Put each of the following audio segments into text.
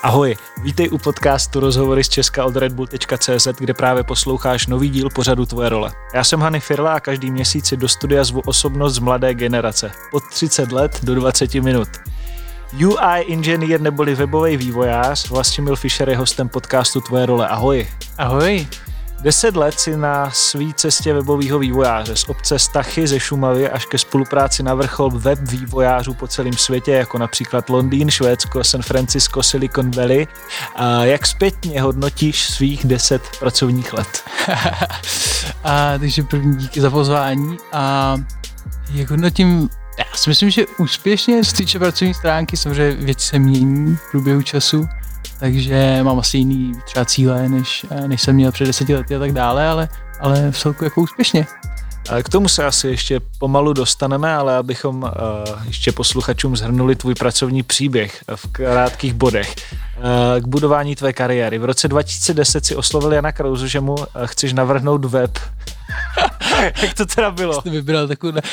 Ahoj, vítej u podcastu Rozhovory z Česka od redbull.cz, kde právě posloucháš nový díl pořadu Tvoje role. Já jsem Hany Firla a každý měsíc si do studia zvu osobnost z mladé generace, od 30 let do 20 minut. UI inženýr neboli webový vývojář Vlastimil Fischer je hostem podcastu Tvoje role. Ahoj. Ahoj. 10 let si na svý cestě webového vývojáře z obce Stachy ze Šumavy až ke spolupráci na vrchol web vývojářů po celém světě, jako například Londýn, Švédsko, San Francisco, Silicon Valley. A jak zpětně hodnotíš svých 10 pracovních let? Takže první díky za pozvání. A jak hodnotím, já si myslím, že úspěšně z týče pracovní stránky, samozřejmě věci se mění v průběhu času, takže mám asi jiný třeba cíle, než jsem měl před 10 lety a tak dále, ale v celku jako úspěšně. K tomu se asi ještě pomalu dostaneme, ale abychom ještě posluchačům shrnuli tvůj pracovní příběh v krátkých bodech. K budování tvé kariéry. V roce 2010 si oslovil Jana Krausu, že mu chceš navrhnout web. Jak to teda bylo? Jste vybral takovou...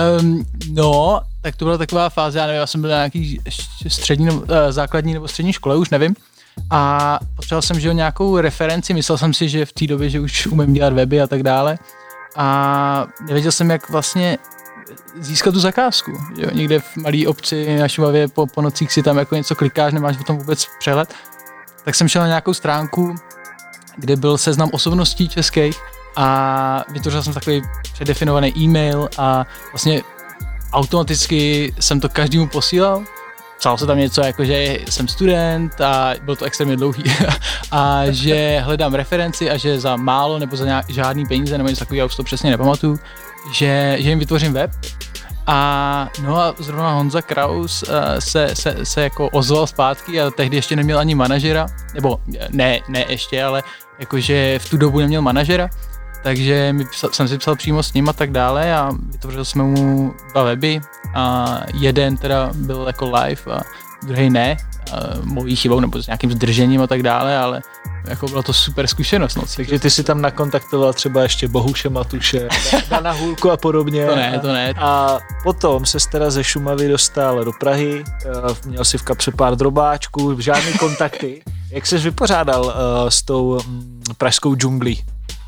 No, tak to byla taková fáze, já nevím, já jsem byl na nějaký základní nebo střední škole, už nevím. A potřeboval jsem, že nějakou referenci, myslel jsem si, že v té době, že už umím dělat weby a tak dále. A nevěděl jsem, jak vlastně získat tu zakázku. Jo? Někde v malé obci na Šumavě po nocích si tam jako něco klikáš, nemáš o tom vůbec přehled. Tak jsem šel na nějakou stránku, kde byl seznam osobností českých a vytvořil jsem takový předefinovaný e-mail a vlastně automaticky jsem to každému posílal. Psal se tam něco jako, že jsem student a bylo to extrémně dlouhý a že hledám referenci a že za málo nebo za žádný peníze nebo něco takového, já už to přesně nepamatuju, že jim vytvořím web. A no a zrovna Honza Kraus se jako ozval zpátky a tehdy ještě neměl ani manažera, nebo ne ještě, ale jakože v tu dobu neměl manažera, takže jsem si psal přímo s ním a tak dále a vytvořil jsme mu 2 weby a jeden teda byl jako live a druhý ne, mojí chybou nebo s nějakým zdržením a tak dále, ale jako byla to super zkušenost. No. Takže ty si tam nakontaktoval třeba ještě Bohuše Matuše, Dana Hůlku a podobně. To ne. A potom ses teda ze Šumavy dostal do Prahy, měl si v kapse pár drobáčků, žádný kontakty. Jak ses vypořádal s tou pražskou džunglí?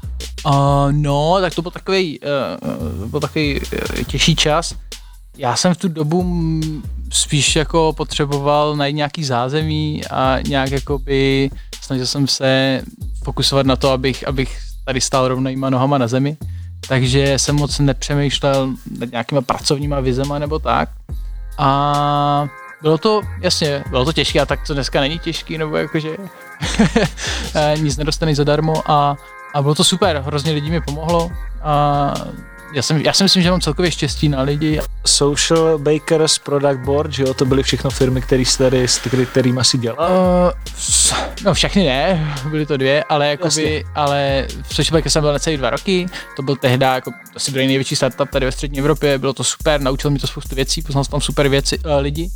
No, tak to byl takový těžší čas. Já jsem v tu dobu spíš jako potřeboval najít nějaký zázemí a nějak jakoby snažil jsem se fokusovat na to, abych tady stál rovnýma nohama na zemi. Takže jsem moc nepřemýšlel nad nějakýma pracovníma vizema nebo tak. A bylo to těžké a tak to dneska není těžký, nebo jakože nic nedostaneš zadarmo a bylo to super, hrozně lidí mi pomohlo a já si myslím, že mám celkově štěstí na lidi. Social Bakers, Product Board, že jo, to byly všechno firmy, kterým asi dělal? No všechny ne, byly to 2, ale ale v Social Bakers jsem byl necelý 2 roky, to byl tehdy jako asi druhý největší startup tady ve střední Evropě, bylo to super, naučil mi to spoustu věcí, poznal jsem tam super lidi.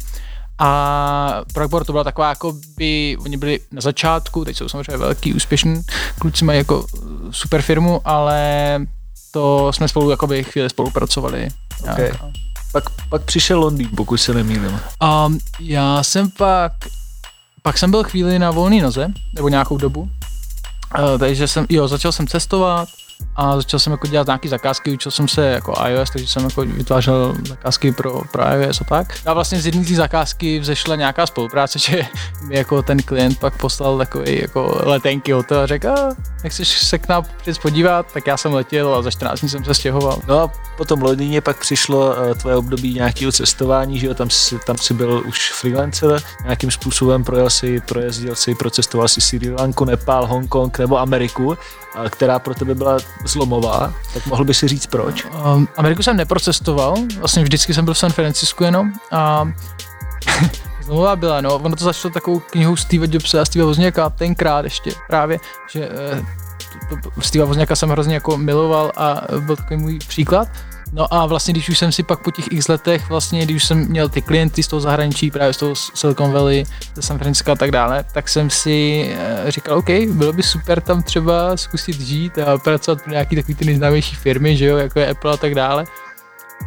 A Product Board to byla taková, jako by oni byli na začátku, teď jsou samozřejmě velký, úspěšní kluci, mají jako super firmu, ale to jsme spolu jakoby chvíli spolupracovali. Okay. Pak přišel Londýn, pokud se nemýlím. Já jsem pak jsem byl chvíli na volné noze, nebo nějakou dobu, takže začal jsem cestovat a začal jsem jako dělat nějaký zakázky, učil jsem se jako iOS, takže jsem jako vytvářel zakázky pro iOS a tak. A vlastně z jedné té zakázky vzešla nějaká spolupráce, že mi jako ten klient pak poslal takový jako letenky hotel a řekl, nechceš se k nám podívat, tak já jsem letěl a za 14 dní jsem se stěhoval. No a potom v Londýně pak přišlo tvoje období nějakého cestování, že jo, tam si byl už freelancer, nějakým způsobem projezdil si, procestoval si Srí Lanku, Nepál, Hongkong nebo Ameriku, která pro tebe byla zlomová, tak mohl by si říct proč? Ameriku jsem neprocestoval, vlastně vždycky jsem byl v San Francisku jenom a zlomová byla, no, ono to začalo takovou knihou Steva Jobse a Steva Wozniaka tenkrát ještě právě, že Steva Wozniaka jsem hrozně jako miloval a byl takový můj příklad. No a vlastně, když už jsem si pak po těch x letech, vlastně, když už jsem měl ty klienty z toho zahraničí, právě z toho Silicon Valley, ze San Francisco a tak dále, tak jsem si říkal, OK, bylo by super tam třeba zkusit žít a pracovat pro nějaký takový ty nejznámější firmy, že jo, jako je Apple a tak dále.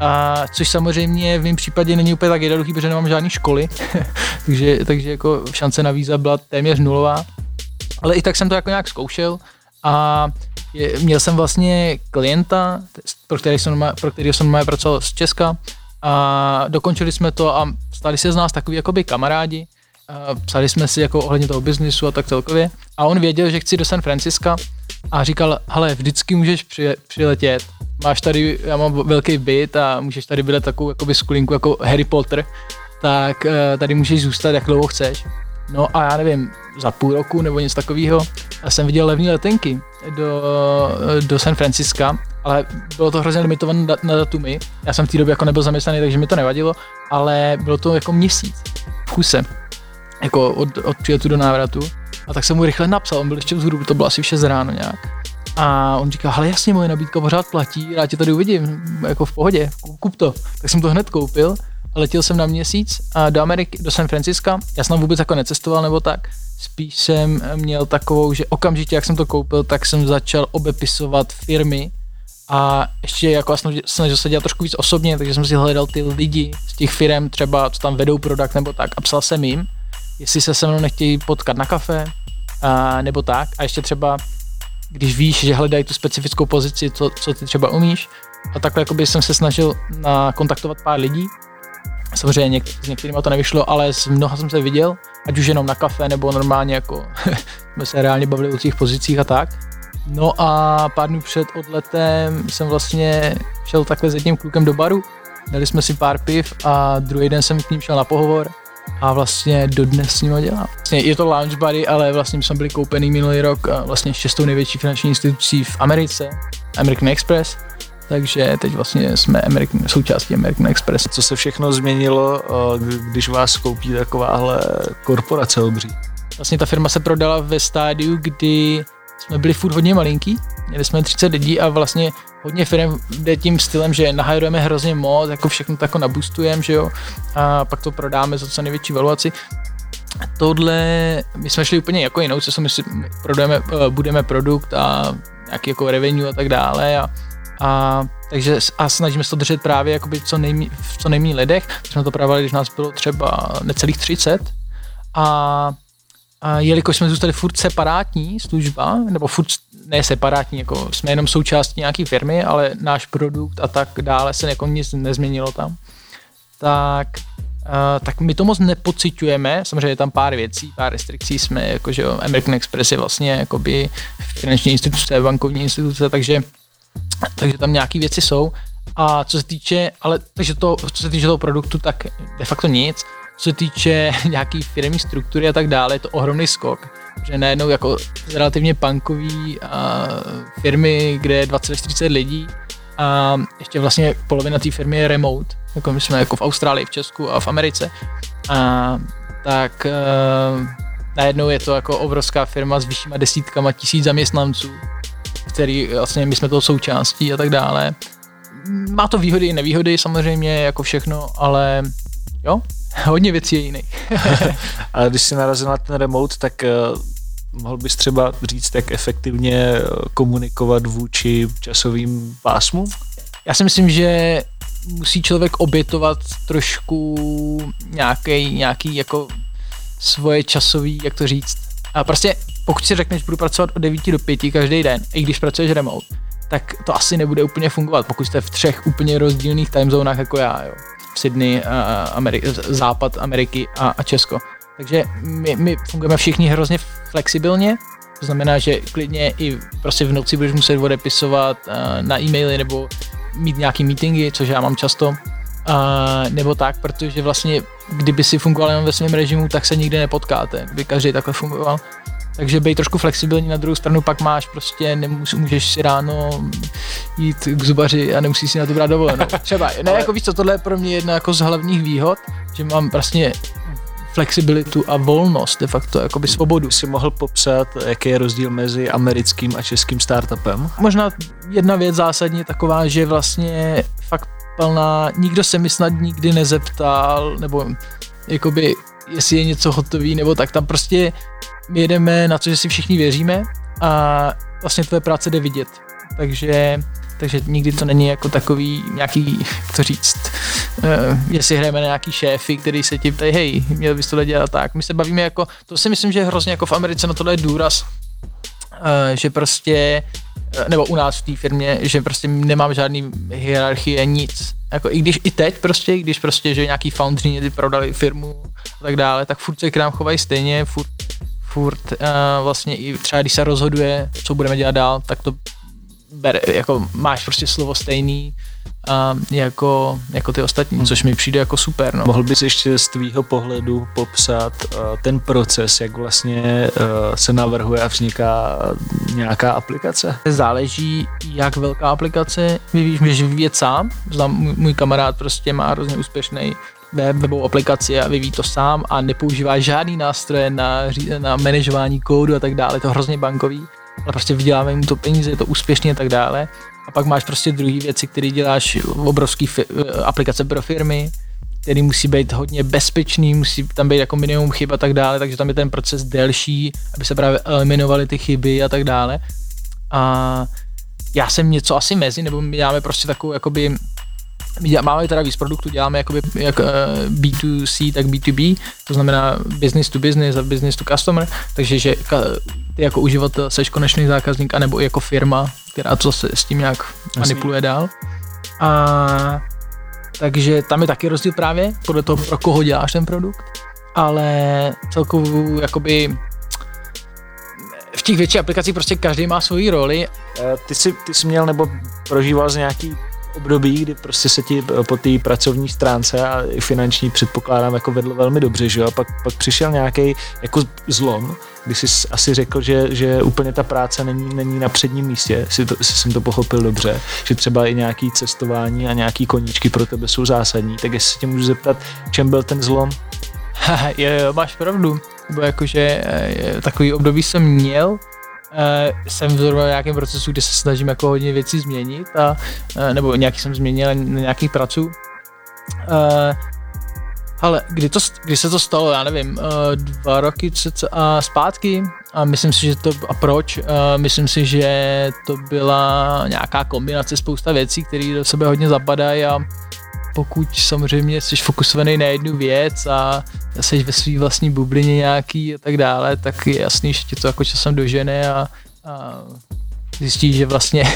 A což samozřejmě v mém případě není úplně tak jednoduchý, protože nemám žádný školy, takže jako šance na víza byla téměř nulová. Ale i tak jsem to jako nějak zkoušel a měl jsem vlastně klienta, pro kterého jsem pracoval z Česka a dokončili jsme to a stali se z nás takový jakoby kamarádi. Psali jsme si jako ohledně toho biznisu a tak celkově. A on věděl, že chci do San Francisca a říkal, hele, vždycky můžeš přiletět. Máš tady, já mám velký byt a můžeš tady bydlet takovou jakoby skulinku jako Harry Potter, tak tady můžeš zůstat, jak dlouho chceš. No a já nevím, za půl roku nebo něco takového jsem viděl levné letenky do San Francisca, ale bylo to hrozně limitované na datumy. Já jsem v té době jako nebyl zaměstnaný, takže mi to nevadilo, ale bylo to jako měsíc v kuse, jako od příletu do návratu. A tak jsem mu rychle napsal, on byl ještě vzhůru, to bylo asi v 6 ráno nějak. A on říká, hele jasně, moje nabídka pořád platí, rád tě tady uvidím, jako v pohodě, kup to. Tak jsem to hned koupil a letěl jsem na měsíc a do Ameriky, do San Francisca. Já jsem vůbec jako necestoval nebo tak, spíš jsem měl takovou, že okamžitě, jak jsem to koupil, tak jsem začal obepisovat firmy a ještě jako snažil se dělat trošku víc osobně, takže jsem si hledal ty lidi z těch firm, třeba co tam vedou produkt nebo tak a psal jsem jim, jestli se mnou nechtějí potkat na kafe nebo tak a ještě třeba když víš, že hledají tu specifickou pozici, co ty třeba umíš. A takhle jakoby jsem se snažil kontaktovat pár lidí. Samozřejmě s některými to nevyšlo, ale s mnoha jsem se viděl, ať už jenom na kafe, nebo normálně jako jsme se reálně bavili o těch pozicích a tak. No a pár dnů před odletem jsem vlastně šel takhle s jedním klukem do baru, dali jsme si pár piv a druhý den jsem k ním šel na pohovor a vlastně dodnes s ním dělám. Vlastně je to lounge bary, ale vlastně jsme byli koupený minulý rok vlastně 6. největší finanční institucí v Americe, American Express, takže teď vlastně jsme součástí American Express. Co se všechno změnilo, když vás koupí takováhle korporace obří? Vlastně ta firma se prodala ve stádiu, kdy jsme byli furt hodně malinký, měli jsme 30 lidí a vlastně hodně firm jde tím stylem, že nahajrujeme hrozně moc, jako všechno to jako naboostujeme, že jo, a pak to prodáme za co největší valuaci. Tohle, my jsme šli úplně jako jinou cestou, my si budeme produkt a nějaký jako revenue a tak dále a takže snažíme se to držet právě jakoby v co nejméně lidech, jsme to právě, když nás bylo třeba necelých 30 a jelikož jsme zůstali furt separátní služba, nebo furt ne separátní, jako jsme jenom součástí nějaké firmy, ale náš produkt a tak dále se jako nic nezměnilo tam, tak my to moc nepociťujeme, samozřejmě je tam pár věcí, pár restrikcí, jsme jakože American Express je vlastně jakoby finanční instituce, bankovní instituce, takže tam nějaké věci jsou a co se týče toho produktu, tak de facto nic. Co se týče nějaký firemní struktury a tak dále, je to ohromný skok, že najednou jako relativně punkový firmy, kde je 20-40 lidí a ještě vlastně polovina té firmy je remote, jako my jsme jako v Austrálii, v Česku a v Americe, tak najednou je to jako obrovská firma s vyššíma desítkama tisíc zaměstnanců, který vlastně my jsme toho součástí a tak dále. Má to výhody i nevýhody samozřejmě, jako všechno, ale jo, hodně věcí je jiných. A když jsi narazil na ten remote, tak mohl bys třeba říct, jak efektivně komunikovat vůči časovým pásmům? Já si myslím, že musí člověk obětovat trošku nějaký jako svoje časový, jak to říct. A prostě pokud si řekneš, budu pracovat od 9 do 5 každý den, i když pracuješ remote, tak to asi nebude úplně fungovat, pokud jste v 3 úplně rozdílných timezónách jako já, jo. V Sydney, západ Ameriky a Česko. Takže my fungujeme všichni hrozně flexibilně, to znamená, že klidně i prostě v noci budeš muset odepisovat na e-maily nebo mít nějaký meetingy, což já mám často, nebo tak, protože vlastně kdyby si fungoval jenom ve svém režimu, tak se nikdy nepotkáte, kdyby každý takhle fungoval. Takže bej trošku flexibilní, na druhou stranu pak máš prostě, můžeš si ráno jít k zubaři a nemusíš si na to brát dovolenou. Třeba, ne, jako víš co, tohle je pro mě jedna jako z hlavních výhod, že mám vlastně flexibilitu a volnost, de facto, jakoby svobodu. Si mohl popsat, jaký je rozdíl mezi americkým a českým startupem? Možná jedna věc zásadně taková, že vlastně fakt plná, nikdo se mi snad nikdy nezeptal, nebo jakoby, jestli je něco hotový, nebo tak, tam prostě my jedeme na to, že si všichni věříme a vlastně tvoje práce jde vidět. Takže takže nikdy to není jako takový nějaký, jak to říct, jestli hrajeme na nějaký šéfy, který se ti ptají, hej, měl bys tohle dělat tak. My se bavíme jako, to si myslím, že je hrozně jako v Americe na tohle je důraz, že prostě, nebo u nás v té firmě, že prostě nemám žádný hierarchie, nic. Jako i teď prostě, když prostě, že nějaký foundři prodali firmu a tak dále, tak furt se k nám chovají stejně, furt vlastně i třeba když se rozhoduje, co budeme dělat dál, tak to bere, jako máš prostě slovo stejný jako ty ostatní, což mi přijde jako super. No. Mohl bys ještě z tvýho pohledu popsat ten proces, jak vlastně se navrhuje a vzniká nějaká aplikace? Záleží, jak velká aplikace vyvíjíš, můžeš vyvíjet sám. Můj kamarád prostě má hrozně úspěšný webovou aplikaci a vyvíjí to sám a nepoužívá žádný nástroje na manažování kódu a tak dále, to hrozně bankový, ale prostě vyděláme mu to peníze, je to úspěšně a tak dále. A pak máš prostě druhé věci, které děláš, obrovský aplikace pro firmy, který musí být hodně bezpečný, musí tam být jako minimum chyb a tak dále, takže tam je ten proces delší, aby se právě eliminovaly ty chyby a tak dále. A já jsem něco asi mezi, nebo my děláme prostě takovou jakoby, máme teda víc produktů, děláme jakoby jak B2C, tak B2B, to znamená business to business a business to customer, takže že ty jako uživatel seš konečný zákazník, anebo jako firma, která to se s tím nějak manipuluje dál. A takže tam je taky rozdíl právě podle toho, pro koho děláš ten produkt, ale celkovou jakoby v těch větších aplikacích prostě každý má svoji roli. Ty jsi měl nebo prožíval z nějaký období, kdy prostě se ti po té pracovní stránce a i finanční předpokládám jako vedlo velmi dobře, že jo? A pak přišel nějaký jako zlom, kdy jsi asi řekl, že úplně ta práce není na předním místě, jestli jsem to pochopil dobře, že třeba i nějaký cestování a nějaký koníčky pro tebe jsou zásadní, tak jestli se tě můžu zeptat, čem byl ten zlom? Jo, máš pravdu, bo jakože takový období jsem měl, jsem zrovna v nějakém procesu, kde se snažím jako hodně věcí změnit nebo nějaký jsem změnil na nějakých praců. Ale kdy se to stalo, já nevím, 2 roky zpátky a myslím si, že proč? Myslím si, že to byla nějaká kombinace spousta věcí, které do sebe hodně zapadají a pokud samozřejmě jsi fokusovaný na jednu věc a jsi ve své vlastní bublině nějaký a tak dále, tak je jasný, že tě to jako časem dožene a zjistíš, že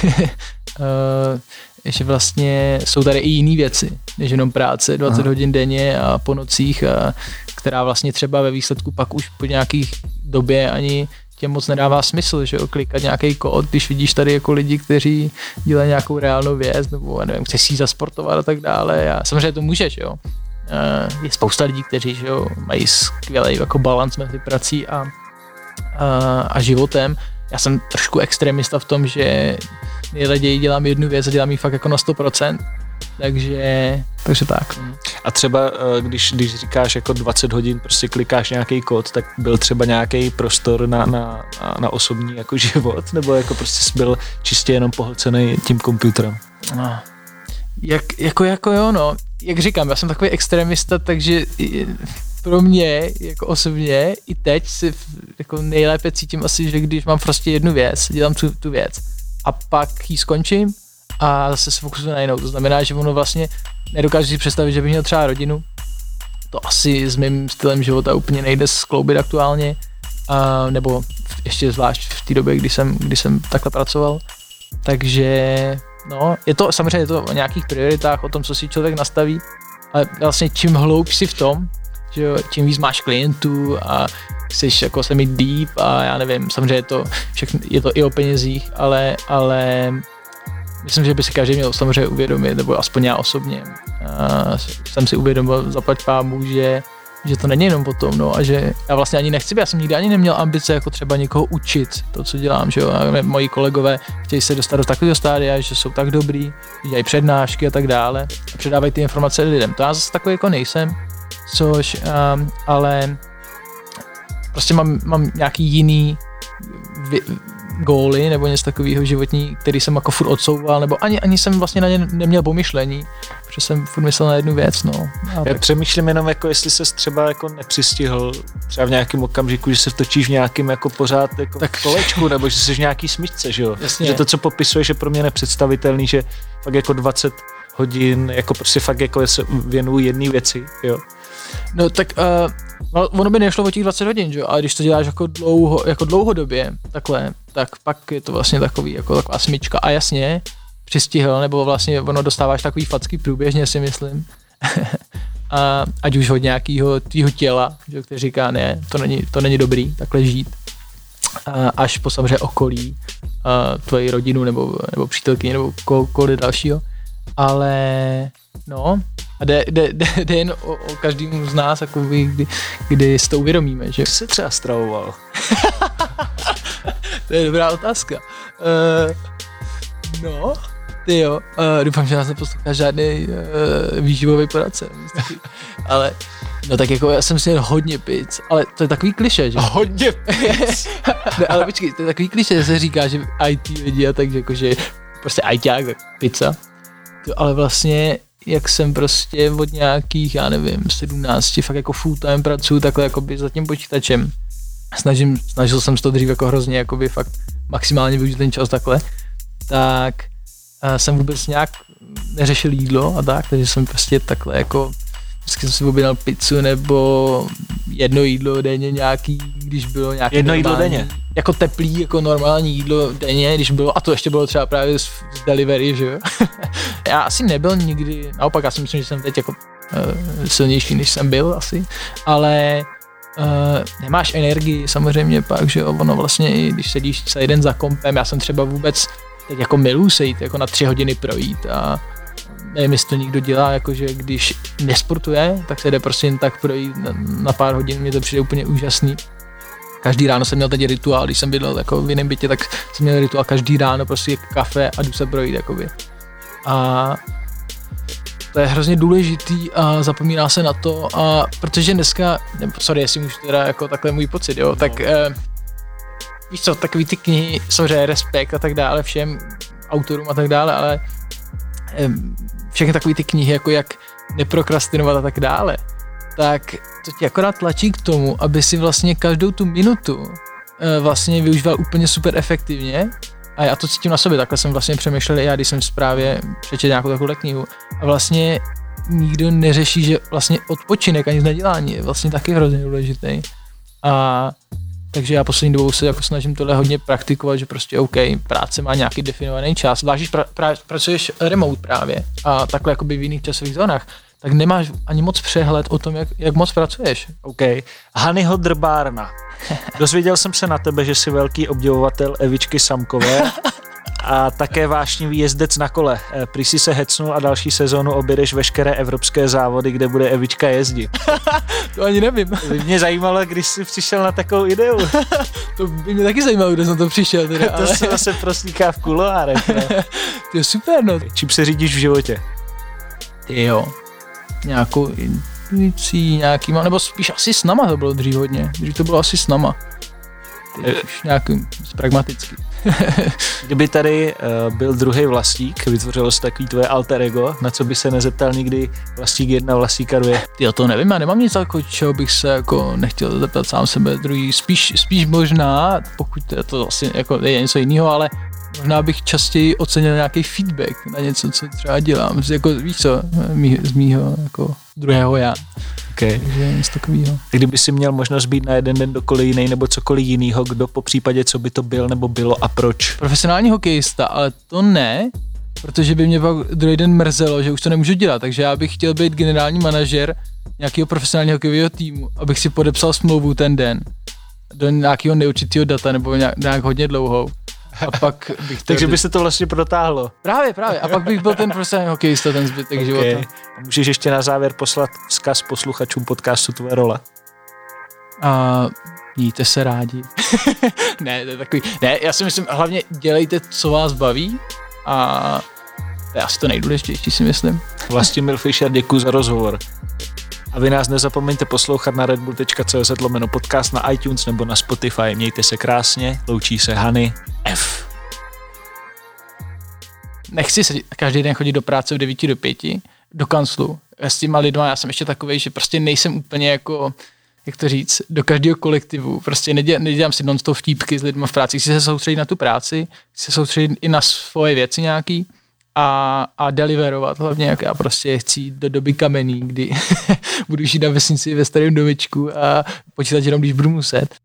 vlastně jsou tady i jiné věci, než jenom práce, 20 hodin denně a po nocích, která vlastně třeba ve výsledku pak už po nějakých době ani tě moc nedává smysl, že jo, klikat nějaký kód, když vidíš tady jako lidi, kteří dělají nějakou reálnou věc, nebo nevím, chceš si zasportovat a tak dále. A samozřejmě to můžeš, jo. Je spousta lidí, kteří, že jo, mají skvělý jako balans mezi prací a životem. Já jsem trošku extremista v tom, že nejraději dělám jednu věc a dělám ji fakt jako na 100%. Takže tak. A třeba, když říkáš jako 20 hodin, prostě klikáš nějaký kód, tak byl třeba nějaký prostor na osobní jako život, nebo jako prostě byl čistě jenom pohlcený tím počítačem? No. Jako jo, no. Jak říkám, já jsem takový extremista, takže pro mě, jako osobně, i teď si jako nejlépe cítím asi, že když mám prostě jednu věc, dělám tu věc a pak ji skončím, a zase se fokusuju na jinou. To znamená, že ono vlastně nedokážu si představit, že bych měl třeba rodinu. To asi s mým stylem života úplně nejde skloubit aktuálně. Nebo ještě zvlášť v té době, kdy jsem takhle pracoval. Takže no, je to samozřejmě o nějakých prioritách, o tom, co si člověk nastaví. Ale vlastně čím hloubš si v tom, že tím víc máš klientů a chceš jako se mít deep a já nevím, samozřejmě je to i o penězích, ale myslím, že by si každý měl samozřejmě uvědomit, nebo aspoň já osobně jsem si uvědomil zaplať pámu, že to není jenom o tom, no, a že já vlastně ani nechci, já jsem nikdy ani neměl ambice jako třeba někoho učit to, co dělám, že jo, a moji kolegové chtějí se dostat do takového stádia, že jsou tak dobrý, dělají přednášky a tak dále a předávají ty informace lidem. To já zase takový jako nejsem, ale prostě mám nějaký jiný góly nebo něco takového životní, který jsem jako furt odsouval, nebo ani jsem vlastně na ně neměl pomyšlení, protože jsem furt myslel na jednu věc, no. Já přemýšlím jenom, jako jestli ses třeba jako nepřistihl třeba v nějakém okamžiku, že se vtočíš v nějakým jako pořád jako tak kolečku, nebo že jsi v nějaký smyčce, že jo? Jasně. Že to, co popisuješ, je pro mě nepředstavitelný, že fakt jako 20 hodin, jako prostě fakt jako se věnuju jedné věci, jo? No tak ono by nešlo o těch 20 hodin, že jo, ale když to děláš jako dlouhodobě, takhle, tak pak je to vlastně takový, jako taková smyčka a jasně, přistihl, nebo vlastně ono dostáváš takový facky průběžně, si myslím. A ať už od nějakého tvýho těla, že, který říká, ne, to není dobrý, takhle žít. Až po samozřejmě okolí, tvoji rodinu, nebo přítelkyni, nebo kohokoliv dalšího. Ale no, a jde jen o každému z nás, jako kdy si to uvědomíme, že? Jsi se třeba stravoval? To je dobrá otázka. No, ty jo, doufám, že nás neposlouchá žádný výživový poradce. Ale, no tak jako já jsem si jen hodně pizz, ale to je takový klišé, že? Hodně pizz? Ne, ale počkej, to je takový klišé, že se říká, že IT lidi a tak, jakože prostě ITák, tak pizza. To, ale vlastně, jak jsem prostě od nějakých, já nevím, 17, fakt jako full time pracuji takhle jakoby za tím počítačem. Snažil jsem se to dřív jako hrozně, jakoby fakt maximálně využít ten čas takhle, tak jsem vůbec nějak neřešil jídlo a tak, takže jsem prostě takhle jako vždycky jsem si objednal pizzu nebo jedno jídlo denně nějaký, když bylo nějaké jedno jídlo denně? Jako teplý, jako normální jídlo denně, když bylo, a to ještě bylo třeba právě z delivery, že jo. Já asi nebyl nikdy, naopak já si myslím, že jsem teď jako silnější, než jsem byl asi, ale nemáš energii samozřejmě pak, že jo, ono vlastně i když sedíš celý den za kompem, já jsem třeba vůbec teď jako miluji se jít jako na 3 hodiny projít a nevím, jestli to někdo dělá, jakože když nesportuje, tak se jde prostě jen tak projít na pár hodin, mně to přijde úplně úžasný. Každý ráno jsem měl teď rituál, když jsem bydlel jako v jiném bytě, tak jsem měl rituál každý ráno, prostě kafe a jdu se projít, jakoby. A to je hrozně důležitý a zapomíná se na to, a protože dneska, sorry, jestli můžu teda jako takhle můj pocit, jo, tak víš co, takový ty knihy, samozřejmě respekt a tak dále všem autorům a tak dále, ale všechny takový ty knihy, jako jak neprokrastinovat a tak dále, tak to ti akorát tlačí k tomu, aby si vlastně každou tu minutu vlastně využíval úplně super efektivně. A já to cítím na sobě, takhle jsem vlastně přemýšlel já, když jsem právě přečetl nějakou takovou knihu. A vlastně nikdo neřeší, že vlastně odpočinek ani z nedělání je vlastně taky hrozně důležitý. A takže já poslední dobou se jako snažím tohle hodně praktikovat, že prostě OK, práce má nějaký definovaný čas, zvlášť když pracuješ remote právě a takhle jakoby v jiných časových zónách, tak nemáš ani moc přehled o tom, jak moc pracuješ. OK. Hanyho Drbárna. Dozvěděl jsem se na tebe, že jsi velký obdivovatel Evičky Samkové a také vášnivý jezdec na kole. Prý si se hecnul a další sezónu objedeš veškeré evropské závody, kde bude Evička jezdit. To ani nevím. Mě zajímalo, když jsi přišel na takovou ideu. To by mě taky zajímalo, kde jsem to přišel. Teda, to se zase proslýká v kuloárech. To je super, no. Čím se řídíš v životě? Jo. Nějakou intuicí, nějakýma, nebo spíš asi s náma to bylo dřív hodně. Dřív to bylo asi s náma. Teď už nějaký pragmatický. Kdyby tady byl druhý vlastník, vytvořilo se takový tvoje alter ego, na co by se nezeptal nikdy vlastník 1, vlastníka 2? Jo, to nevím, já nemám nic jako, čeho bych se jako nechtěl zeptat sám sebe druhý. Spíš možná, pokud to asi jako je něco jiného, ale možná bych častěji ocenil nějaký feedback na něco, co třeba dělám. Jako, víš co, z mýho jako druhého já. Okay. Takže něco takového. Kdyby si měl možnost být na jeden den dokoliv jiný nebo cokoliv jinýho, kdo po případě, co by to byl nebo bylo a proč? Profesionální hokejista, ale to ne, protože by mě pak druhý den mrzelo, že už to nemůžu dělat, takže já bych chtěl být generální manažer nějakého profesionálního hokejového týmu, abych si podepsal smlouvu ten den do nějakého neurčitého data nebo nějak hodně dlouhou. A pak bych Takže by se to vlastně protáhlo. Právě. A pak bych byl ten profesionální hokejista ten zbytek života. A můžeš ještě na závěr poslat vzkaz posluchačům podcastu Tvoje role? A mějte se rádi. Ne, to je takový. Ne, já si myslím, hlavně dělejte, co vás baví a to je asi to nejdůležitější, si myslím. Vlastimil Fischer, děkuji za rozhovor. A vy nás nezapomeňte poslouchat na redbull.cz/podcast na iTunes nebo na Spotify. Mějte se krásně, loučí se Hany F. Nechci se každý den chodit do práce v 9 do 5, do kanclu s těma lidma. Já jsem ještě takovej, že prostě nejsem úplně jako, jak to říct, do každého kolektivu. Prostě nedělám si non-stop vtípky s lidmi v práci. Chci se soustředit na tu práci, chci se soustředit i na svoje věci nějaký a deliverovat hlavně, jak já prostě chci jít do doby kamenný, kdy budu žít na vesnici ve starém domečku a počítat jenom, když budu muset.